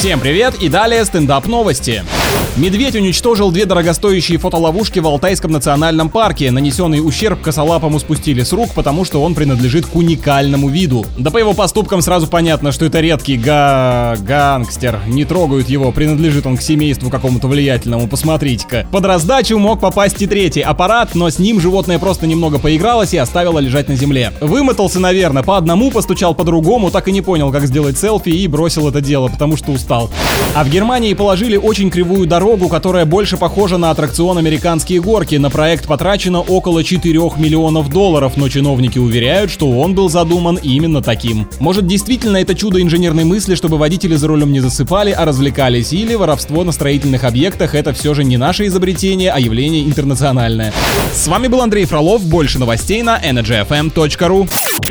Всем привет и далее стендап новости. Медведь уничтожил 2 дорогостоящие фотоловушки в Алтайском национальном парке. Нанесенный ущерб косолапому спустили с рук, потому что он принадлежит к уникальному виду. Да по его поступкам сразу понятно, что это редкий гангстер. Не трогают его, принадлежит он к семейству какому-то влиятельному, посмотрите-ка. Под раздачу мог попасть и 3-й аппарат, но с ним животное просто немного поигралось и оставило лежать на земле. Вымотался, наверное, по одному постучал, по другому, так и не понял, как сделать селфи и бросил это дело, потому что устал. А в Германии положили очень кривую дорогу, которая больше похожа на аттракцион «Американские горки». На проект потрачено около $4 миллионов, но чиновники уверяют, что он был задуман именно таким. Может, действительно это чудо инженерной мысли, чтобы водители за рулем не засыпали, а развлекались, или воровство на строительных объектах — это все же не наше изобретение, а явление интернациональное. С вами был Андрей Фролов. Больше новостей на energyfm.ru.